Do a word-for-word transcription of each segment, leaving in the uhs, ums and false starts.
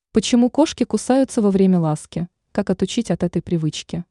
Почему кошки кусаются во время ласки? Как отучить от этой привычки?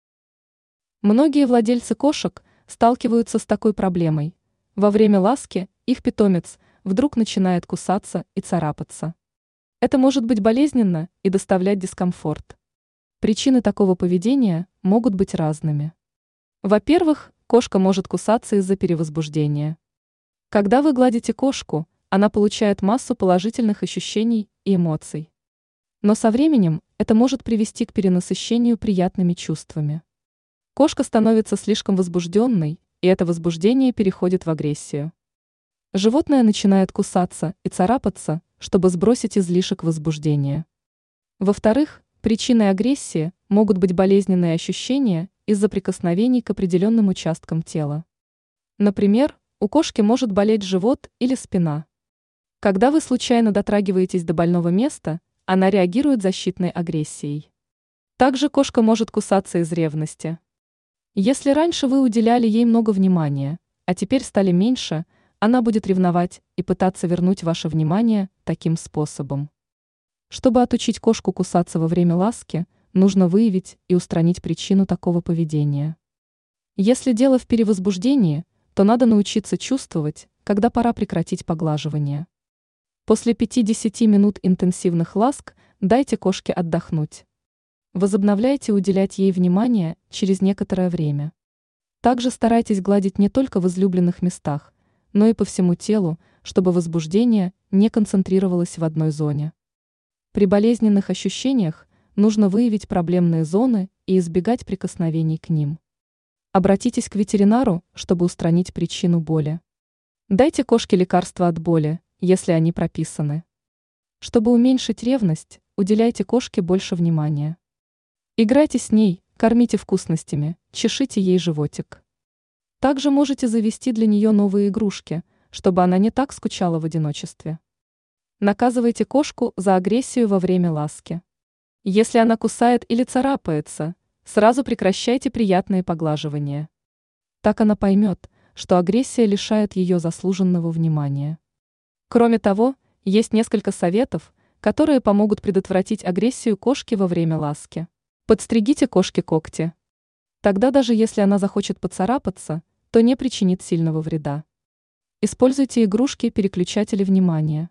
Многие владельцы кошек сталкиваются с такой проблемой. Во время ласки их питомец вдруг начинает кусаться и царапаться. Это может быть болезненно и доставлять дискомфорт. Причины такого поведения могут быть разными. Во-первых, кошка может кусаться из-за перевозбуждения. Когда вы гладите кошку, она получает массу положительных ощущений и эмоций. Но со временем это может привести к перенасыщению приятными чувствами. Кошка становится слишком возбужденной, и это возбуждение переходит в агрессию. Животное начинает кусаться и царапаться, чтобы сбросить излишек возбуждения. Во-вторых, причиной агрессии могут быть болезненные ощущения из-за прикосновений к определенным участкам тела. Например, у кошки может болеть живот или спина. Когда вы случайно дотрагиваетесь до больного места, она реагирует защитной агрессией. Также кошка может кусаться из ревности. Если раньше вы уделяли ей много внимания, а теперь стали меньше, она будет ревновать и пытаться вернуть ваше внимание таким способом. Чтобы отучить кошку кусаться во время ласки, нужно выявить и устранить причину такого поведения. Если дело в перевозбуждении, то надо научиться чувствовать, когда пора прекратить поглаживание. После пяти-десяти минут интенсивных ласк дайте кошке отдохнуть. Возобновляйте уделять ей внимание через некоторое время. Также старайтесь гладить не только в излюбленных местах, но и по всему телу, чтобы возбуждение не концентрировалось в одной зоне. При болезненных ощущениях нужно выявить проблемные зоны и избегать прикосновений к ним. Обратитесь к ветеринару, чтобы устранить причину боли. Дайте кошке лекарства от боли, если они прописаны. Чтобы уменьшить ревность, уделяйте кошке больше внимания. Играйте с ней, кормите вкусностями, чешите ей животик. Также можете завести для нее новые игрушки, чтобы она не так скучала в одиночестве. Наказывайте кошку за агрессию во время ласки. Если она кусает или царапается, сразу прекращайте приятные поглаживания. Так она поймет, что агрессия лишает ее заслуженного внимания. Кроме того, есть несколько советов, которые помогут предотвратить агрессию кошки во время ласки. Подстригите кошке когти. Тогда даже если она захочет поцарапаться, то не причинит сильного вреда. Используйте игрушки-переключатели внимания.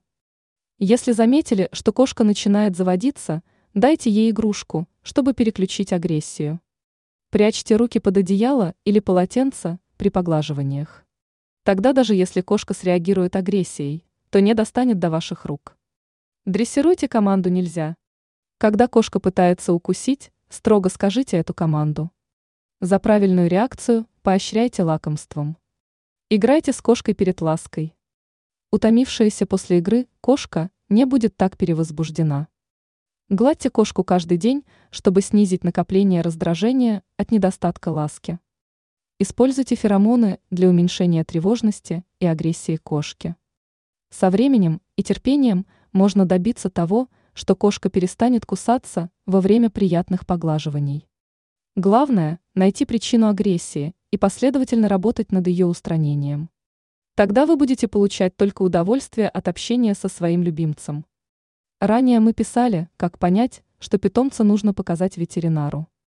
Если заметили, что кошка начинает заводиться, дайте ей игрушку, чтобы переключить агрессию. Прячьте руки под одеяло или полотенце при поглаживаниях. Тогда даже если кошка среагирует агрессией, то не достанет до ваших рук. Дрессируйте команду «нельзя». Когда кошка пытается укусить, строго скажите эту команду. За правильную реакцию поощряйте лакомством. Играйте с кошкой перед лаской. Утомившаяся после игры кошка не будет так перевозбуждена. Гладьте кошку каждый день, чтобы снизить накопление раздражения от недостатка ласки. Используйте феромоны для уменьшения тревожности и агрессии кошки. Со временем и терпением можно добиться того, что кошка перестанет кусаться во время приятных поглаживаний. Главное – найти причину агрессии и последовательно работать над ее устранением. Тогда вы будете получать только удовольствие от общения со своим любимцем. Ранее мы писали, как понять, что питомца нужно показать ветеринару.